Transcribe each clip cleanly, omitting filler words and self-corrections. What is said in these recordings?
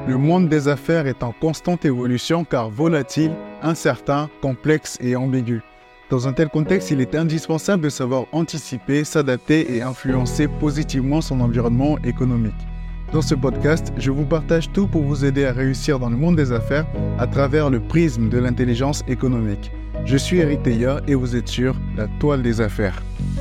Le monde des affaires est en constante évolution car volatile, incertain, complexe et ambigu. Dans un tel contexte, il est indispensable de savoir anticiper, s'adapter et influencer positivement son environnement économique. Dans ce podcast, je vous partage tout pour vous aider à réussir dans le monde des affaires à travers le prisme de l'intelligence économique. Je suis Eric Teya et vous êtes sur la toile des affaires.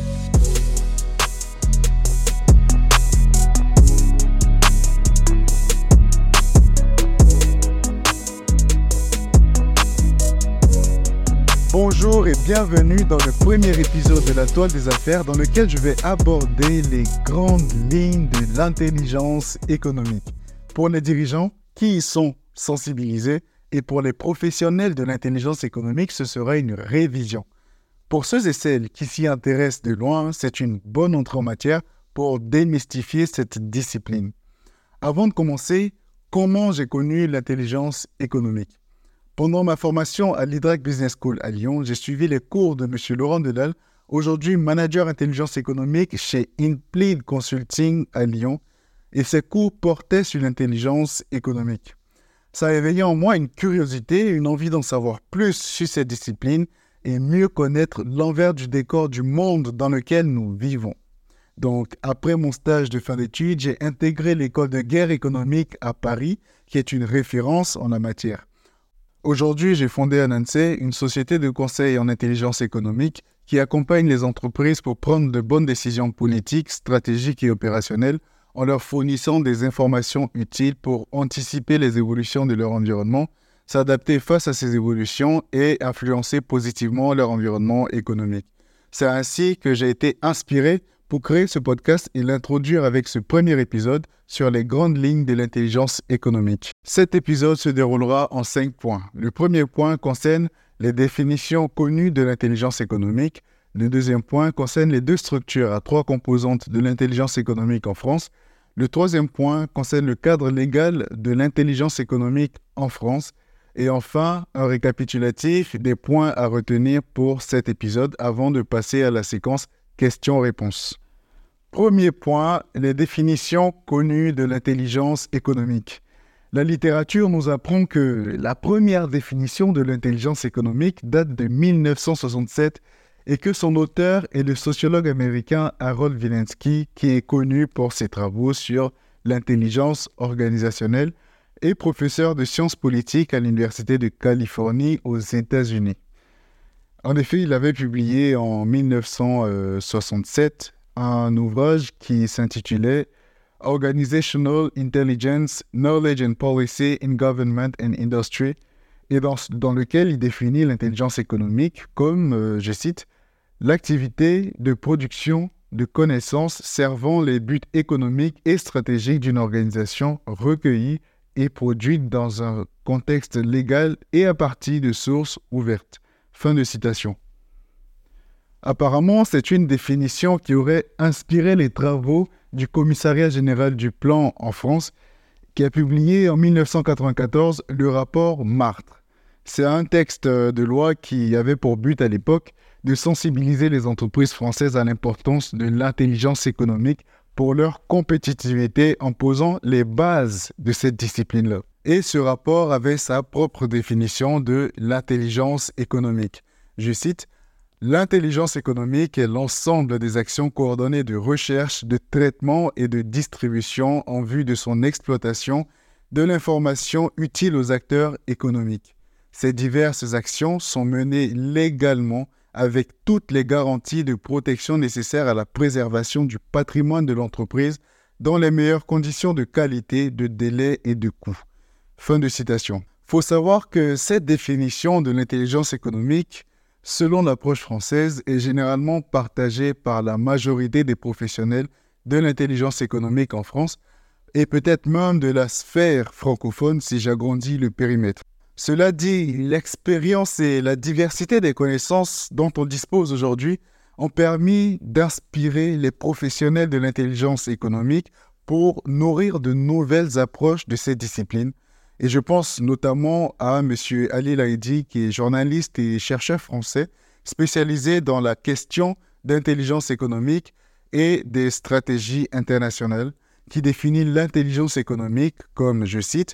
Bonjour et bienvenue dans le premier épisode de la toile des affaires dans lequel je vais aborder les grandes lignes de l'intelligence économique. Pour les dirigeants qui y sont sensibilisés et pour les professionnels de l'intelligence économique, ce sera une révision. Pour ceux et celles qui s'y intéressent de loin, c'est une bonne entrée en matière pour démystifier cette discipline. Avant de commencer, comment j'ai connu l'intelligence économique ? Pendant ma formation à l'IDRAC Business School à Lyon, j'ai suivi les cours de M. Laurent Delal, aujourd'hui manager intelligence économique chez Inpleed Consulting à Lyon, et ces cours portaient sur l'intelligence économique. Ça a éveillé en moi une curiosité et une envie d'en savoir plus sur cette discipline et mieux connaître l'envers du décor du monde dans lequel nous vivons. Donc, après mon stage de fin d'études, j'ai intégré l'école de guerre économique à Paris, qui est une référence en la matière. Aujourd'hui, j'ai fondé à Nancy une société de conseil en intelligence économique qui accompagne les entreprises pour prendre de bonnes décisions politiques, stratégiques et opérationnelles en leur fournissant des informations utiles pour anticiper les évolutions de leur environnement, s'adapter face à ces évolutions et influencer positivement leur environnement économique. C'est ainsi que j'ai été inspiré pour créer ce podcast et l'introduire avec ce premier épisode sur les grandes lignes de l'intelligence économique. Cet épisode se déroulera en 5 points. Le premier point concerne les définitions connues de l'intelligence économique. Le deuxième point concerne les deux structures à 3 composantes de l'intelligence économique en France. Le troisième point concerne le cadre légal de l'intelligence économique en France. Et enfin, un récapitulatif des points à retenir pour cet épisode avant de passer à la séquence questions-réponses. Premier point, les définitions connues de l'intelligence économique. La littérature nous apprend que la première définition de l'intelligence économique date de 1967 et que son auteur est le sociologue américain Harold Wilensky, qui est connu pour ses travaux sur l'intelligence organisationnelle et professeur de sciences politiques à l'Université de Californie aux États-Unis. En effet, il avait publié en 1967 un ouvrage qui s'intitulait « Organizational Intelligence, Knowledge and Policy in Government and Industry » et dans lequel il définit l'intelligence économique comme, je cite, « l'activité de production de connaissances servant les buts économiques et stratégiques d'une organisation recueillie et produite dans un contexte légal et à partir de sources ouvertes. » Fin de citation. Apparemment, c'est une définition qui aurait inspiré les travaux du Commissariat général du plan en France, qui a publié en 1994 le rapport Martre. C'est un texte de loi qui avait pour but à l'époque de sensibiliser les entreprises françaises à l'importance de l'intelligence économique pour leur compétitivité en posant les bases de cette discipline-là. Et ce rapport avait sa propre définition de l'intelligence économique. Je cite, « L'intelligence économique est l'ensemble des actions coordonnées de recherche, de traitement et de distribution en vue de son exploitation de l'information utile aux acteurs économiques. Ces diverses actions sont menées légalement avec toutes les garanties de protection nécessaires à la préservation du patrimoine de l'entreprise dans les meilleures conditions de qualité, de délai et de coût. » Fin de citation. Faut savoir que cette définition de l'intelligence économique, selon l'approche française, est généralement partagée par la majorité des professionnels de l'intelligence économique en France et peut-être même de la sphère francophone si j'agrandis le périmètre. Cela dit, l'expérience et la diversité des connaissances dont on dispose aujourd'hui ont permis d'inspirer les professionnels de l'intelligence économique pour nourrir de nouvelles approches de ces disciplines. Et je pense notamment à M. Ali Laïdi, qui est journaliste et chercheur français, spécialisé dans la question d'intelligence économique et des stratégies internationales, qui définit l'intelligence économique comme, je cite,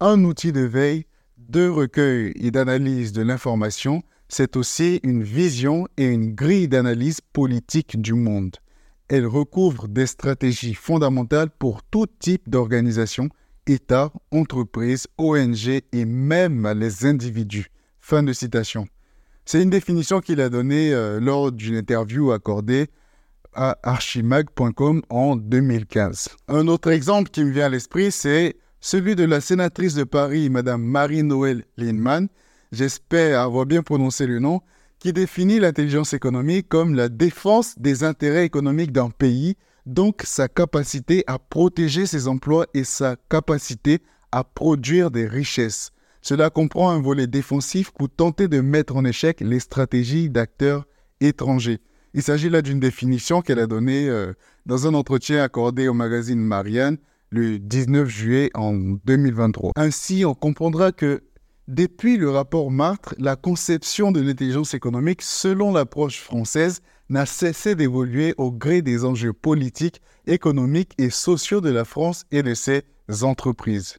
un outil de veille, de recueil et d'analyse de l'information, c'est aussi une vision et une grille d'analyse politique du monde. Elle recouvre des stratégies fondamentales pour tout type d'organisation, État, entreprise, ONG et même les individus. Fin de citation. C'est une définition qu'il a donnée lors d'une interview accordée à archimag.com en 2015. Un autre exemple qui me vient à l'esprit, c'est celui de la sénatrice de Paris, Madame Marie-Noëlle Lienemann, j'espère avoir bien prononcé le nom, qui définit l'intelligence économique comme la défense des intérêts économiques d'un pays, donc sa capacité à protéger ses emplois et sa capacité à produire des richesses. Cela comprend un volet défensif pour tenter de mettre en échec les stratégies d'acteurs étrangers. Il s'agit là d'une définition qu'elle a donnée dans un entretien accordé au magazine Marianne le 19 juillet en 2023. Ainsi, on comprendra que depuis le rapport Martre, la conception de l'intelligence économique selon l'approche française n'a cessé d'évoluer au gré des enjeux politiques, économiques et sociaux de la France et de ses entreprises.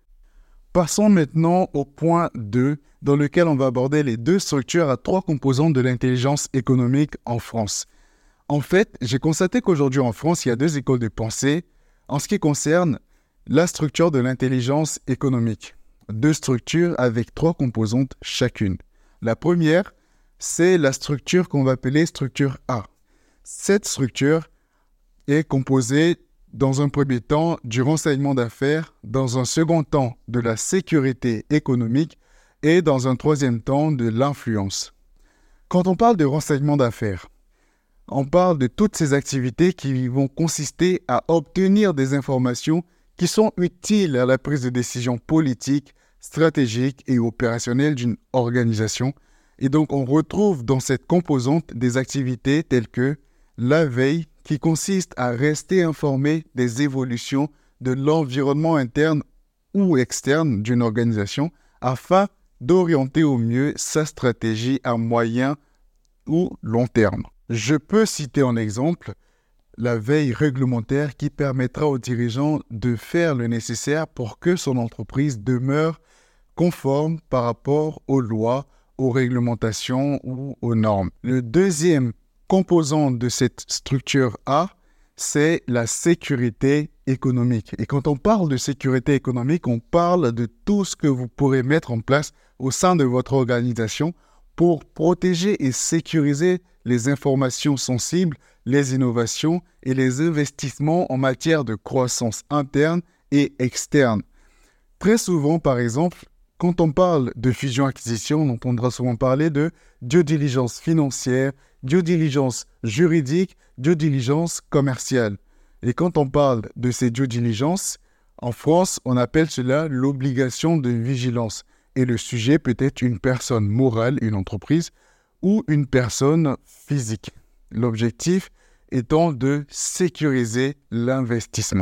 Passons maintenant au point 2, dans lequel on va aborder les deux structures à 3 composantes de l'intelligence économique en France. En fait, j'ai constaté qu'aujourd'hui en France, il y a 2 écoles de pensée en ce qui concerne la structure de l'intelligence économique. 2 structures avec 3 composantes chacune. La première, c'est la structure qu'on va appeler structure A. Cette structure est composée dans un premier temps du renseignement d'affaires, dans un second temps de la sécurité économique et dans un troisième temps de l'influence. Quand on parle de renseignement d'affaires, on parle de toutes ces activités qui vont consister à obtenir des informations qui sont utiles à la prise de décision politique, stratégique et opérationnelle d'une organisation. Et donc, on retrouve dans cette composante des activités telles que la veille, qui consiste à rester informé des évolutions de l'environnement interne ou externe d'une organisation afin d'orienter au mieux sa stratégie à moyen ou long terme. Je peux citer en exemple la veille réglementaire qui permettra aux dirigeants de faire le nécessaire pour que son entreprise demeure conforme par rapport aux lois, aux réglementations ou aux normes. Le deuxième composant de cette structure A, c'est la sécurité économique. Et quand on parle de sécurité économique, on parle de tout ce que vous pourrez mettre en place au sein de votre organisation pour protéger et sécuriser les informations sensibles, les innovations et les investissements en matière de croissance interne et externe. Très souvent, par exemple, quand on parle de fusion-acquisition, on entendra souvent parler de due diligence financière, due diligence juridique, due diligence commerciale. Et quand on parle de ces due diligence, en France, on appelle cela l'obligation de vigilance. Et le sujet peut être une personne morale, une entreprise, ou une personne physique. L'objectif étant de sécuriser l'investissement.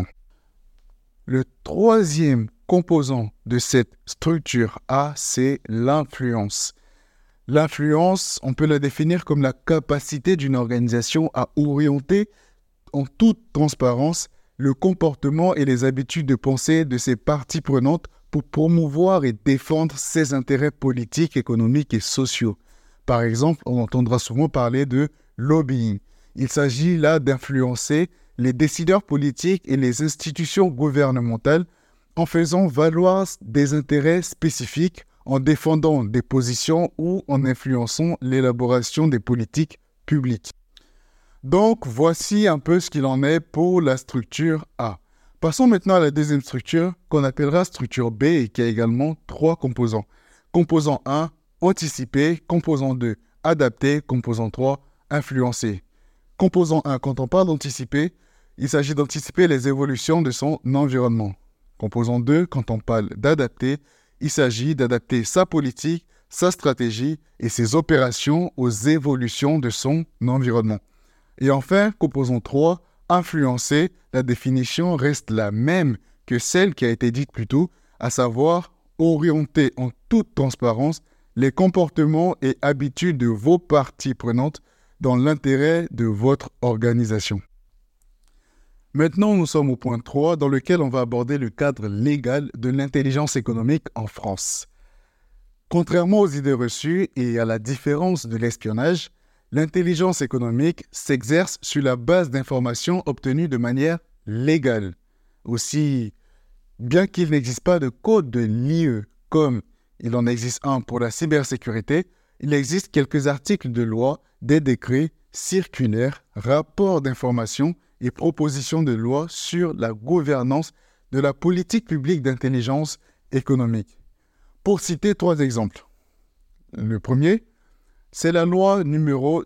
Le troisième composant de cette structure A, c'est l'influence. L'influence, on peut la définir comme la capacité d'une organisation à orienter en toute transparence le comportement et les habitudes de pensée de ses parties prenantes pour promouvoir et défendre ses intérêts politiques, économiques et sociaux. Par exemple, on entendra souvent parler de lobbying. Il s'agit là d'influencer les décideurs politiques et les institutions gouvernementales en faisant valoir des intérêts spécifiques, en défendant des positions ou en influençant l'élaboration des politiques publiques. Donc, voici un peu ce qu'il en est pour la structure A. Passons maintenant à la deuxième structure qu'on appellera structure B et qui a également 3 composants. Composant 1, anticiper. Composant 2, adapter. Composant 3, influencer. Composant 1, quand on parle d'anticiper, il s'agit d'anticiper les évolutions de son environnement. Composant 2, quand on parle d'adapter, il s'agit d'adapter sa politique, sa stratégie et ses opérations aux évolutions de son environnement. Et enfin, composant 3, influencer, la définition reste la même que celle qui a été dite plus tôt, à savoir orienter en toute transparence les comportements et habitudes de vos parties prenantes dans l'intérêt de votre organisation. Maintenant, nous sommes au point 3 dans lequel on va aborder le cadre légal de l'intelligence économique en France. Contrairement aux idées reçues et à la différence de l'espionnage, l'intelligence économique s'exerce sur la base d'informations obtenues de manière légale. Aussi, bien qu'il n'existe pas de code de l'IE comme il en existe un pour la cybersécurité, il existe quelques articles de loi, des décrets, circulaires, rapports d'information et propositions de loi sur la gouvernance de la politique publique d'intelligence économique. Pour citer 3 exemples. Le premier, c'est la loi numéro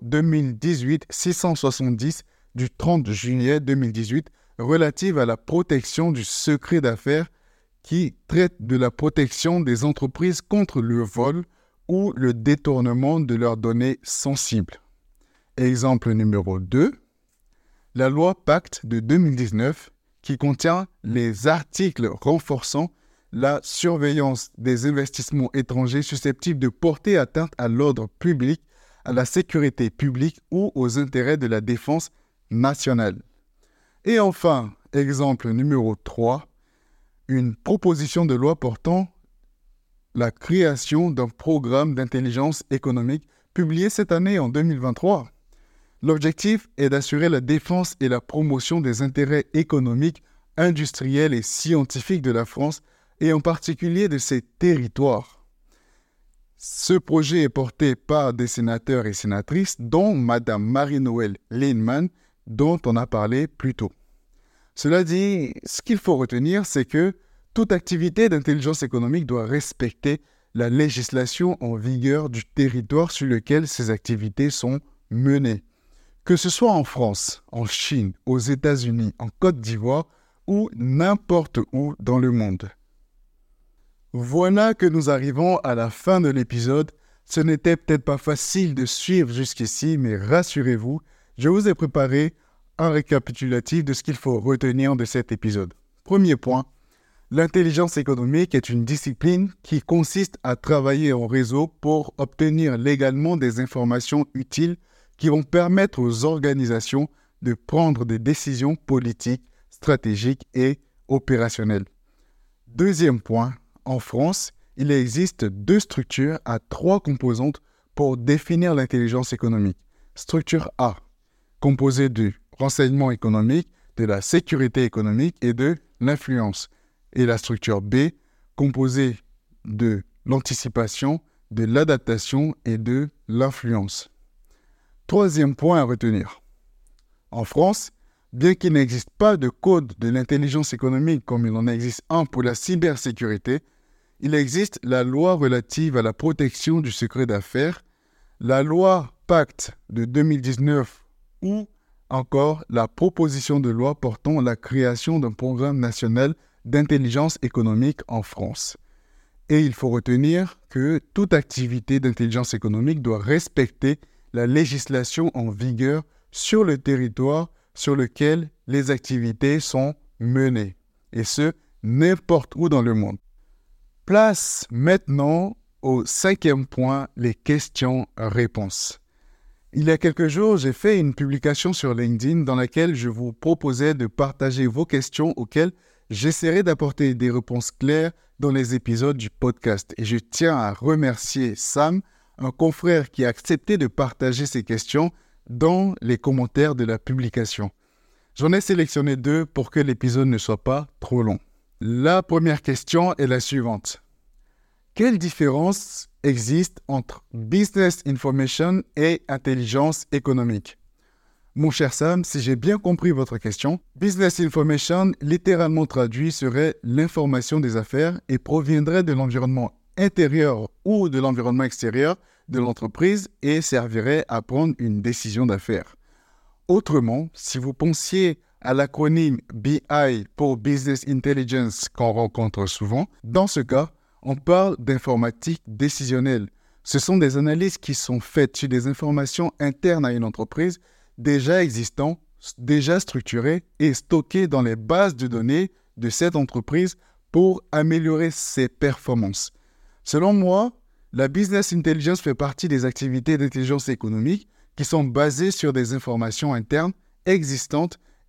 2018-670 du 30 juillet 2018 relative à la protection du secret d'affaires qui traite de la protection des entreprises contre le vol ou le détournement de leurs données sensibles. Exemple numéro 2, la loi Pacte de 2019 qui contient les articles renforçant la surveillance des investissements étrangers susceptibles de porter atteinte à l'ordre public, à la sécurité publique ou aux intérêts de la défense nationale. Et enfin, exemple numéro 3, une proposition de loi portant la création d'un programme d'intelligence économique publié cette année en 2023. L'objectif est d'assurer la défense et la promotion des intérêts économiques, industriels et scientifiques de la France et en particulier de ses territoires. Ce projet est porté par des sénateurs et sénatrices, dont Mme Marie-Noëlle Lienemann, dont on a parlé plus tôt. Cela dit, ce qu'il faut retenir, c'est que toute activité d'intelligence économique doit respecter la législation en vigueur du territoire sur lequel ces activités sont menées. Que ce soit en France, en Chine, aux États-Unis, en Côte d'Ivoire ou n'importe où dans le monde. Voilà que nous arrivons à la fin de l'épisode. Ce n'était peut-être pas facile de suivre jusqu'ici, mais rassurez-vous, je vous ai préparé un récapitulatif de ce qu'il faut retenir de cet épisode. Premier point, l'intelligence économique est une discipline qui consiste à travailler en réseau pour obtenir légalement des informations utiles qui vont permettre aux organisations de prendre des décisions politiques, stratégiques et opérationnelles. Deuxième point, en France, il existe 2 structures à 3 composantes pour définir l'intelligence économique. Structure A, composée du renseignement économique, de la sécurité économique et de l'influence. Et la structure B, composée de l'anticipation, de l'adaptation et de l'influence. Troisième point à retenir. En France, bien qu'il n'existe pas de code de l'intelligence économique comme il en existe un pour la cybersécurité, il existe la loi relative à la protection du secret d'affaires, la loi Pacte de 2019 ou encore la proposition de loi portant la création d'un programme national d'intelligence économique en France. Et il faut retenir que toute activité d'intelligence économique doit respecter la législation en vigueur sur le territoire sur lequel les activités sont menées, et ce, n'importe où dans le monde. Place maintenant au 5e point, les questions-réponses. Il y a quelques jours, j'ai fait une publication sur LinkedIn dans laquelle je vous proposais de partager vos questions auxquelles j'essaierai d'apporter des réponses claires dans les épisodes du podcast. Et je tiens à remercier Sam, un confrère qui a accepté de partager ses questions dans les commentaires de la publication. J'en ai sélectionné 2 pour que l'épisode ne soit pas trop long. La première question est la suivante. Quelle différence existe entre business information et intelligence économique? Mon cher Sam, si j'ai bien compris votre question, business information, littéralement traduit, serait l'information des affaires et proviendrait de l'environnement intérieur ou de l'environnement extérieur de l'entreprise et servirait à prendre une décision d'affaires. Autrement, si vous pensiez à l'acronyme BI pour Business Intelligence qu'on rencontre souvent, dans ce cas, on parle d'informatique décisionnelle. Ce sont des analyses qui sont faites sur des informations internes à une entreprise déjà existantes, déjà structurées et stockées dans les bases de données de cette entreprise pour améliorer ses performances. Selon moi, la business intelligence fait partie des activités d'intelligence économique qui sont basées sur des informations internes existantes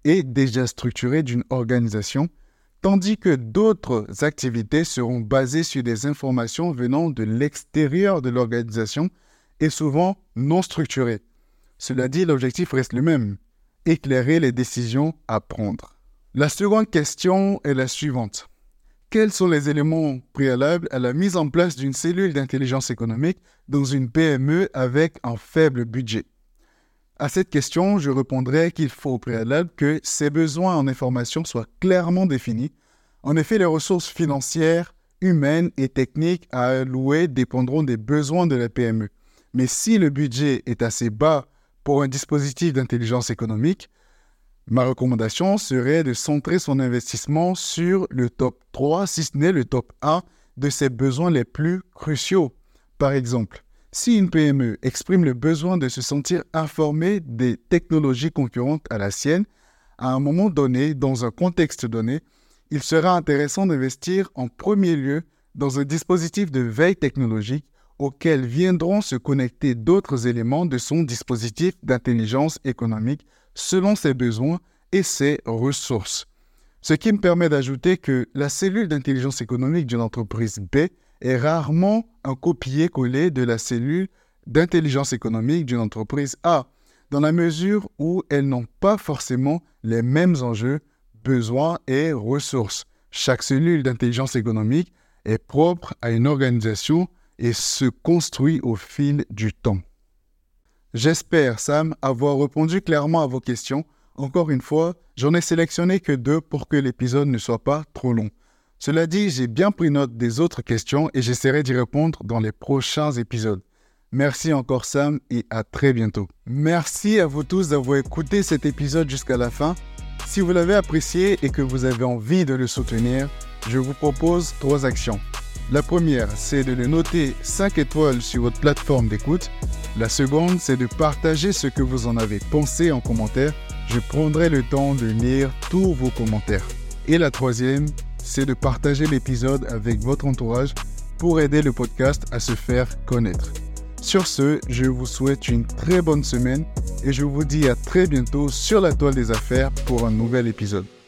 et déjà structuré d'une organisation, tandis que d'autres activités seront basées sur des informations venant de l'extérieur de l'organisation et souvent non structurées. Cela dit, l'objectif reste le même, éclairer les décisions à prendre. La seconde question est la suivante. Quels sont les éléments préalables à la mise en place d'une cellule d'intelligence économique dans une PME avec un faible budget? À cette question, je répondrai qu'il faut au préalable que ces besoins en information soient clairement définis. En effet, les ressources financières, humaines et techniques à allouer dépendront des besoins de la PME. Mais si le budget est assez bas pour un dispositif d'intelligence économique, ma recommandation serait de centrer son investissement sur le top 3, si ce n'est le top 1 de ses besoins les plus cruciaux. Par exemple, si une PME exprime le besoin de se sentir informée des technologies concurrentes à la sienne, à un moment donné, dans un contexte donné, il sera intéressant d'investir en premier lieu dans un dispositif de veille technologique auquel viendront se connecter d'autres éléments de son dispositif d'intelligence économique selon ses besoins et ses ressources. Ce qui me permet d'ajouter que la cellule d'intelligence économique d'une entreprise B est rarement un copier-coller de la cellule d'intelligence économique d'une entreprise A, dans la mesure où elles n'ont pas forcément les mêmes enjeux, besoins et ressources. Chaque cellule d'intelligence économique est propre à une organisation et se construit au fil du temps. J'espère, Sam, avoir répondu clairement à vos questions. Encore une fois, j'en ai sélectionné que 2 pour que l'épisode ne soit pas trop long. Cela dit, j'ai bien pris note des autres questions et j'essaierai d'y répondre dans les prochains épisodes. Merci encore Sam et à très bientôt. Merci à vous tous d'avoir écouté cet épisode jusqu'à la fin. Si vous l'avez apprécié et que vous avez envie de le soutenir, je vous propose 3 actions. La première, c'est de le noter 5 étoiles sur votre plateforme d'écoute. La seconde, c'est de partager ce que vous en avez pensé en commentaire. Je prendrai le temps de lire tous vos commentaires. Et la troisième, c'est de partager l'épisode avec votre entourage pour aider le podcast à se faire connaître. Sur ce, je vous souhaite une très bonne semaine et je vous dis à très bientôt sur la Toile des Affaires pour un nouvel épisode.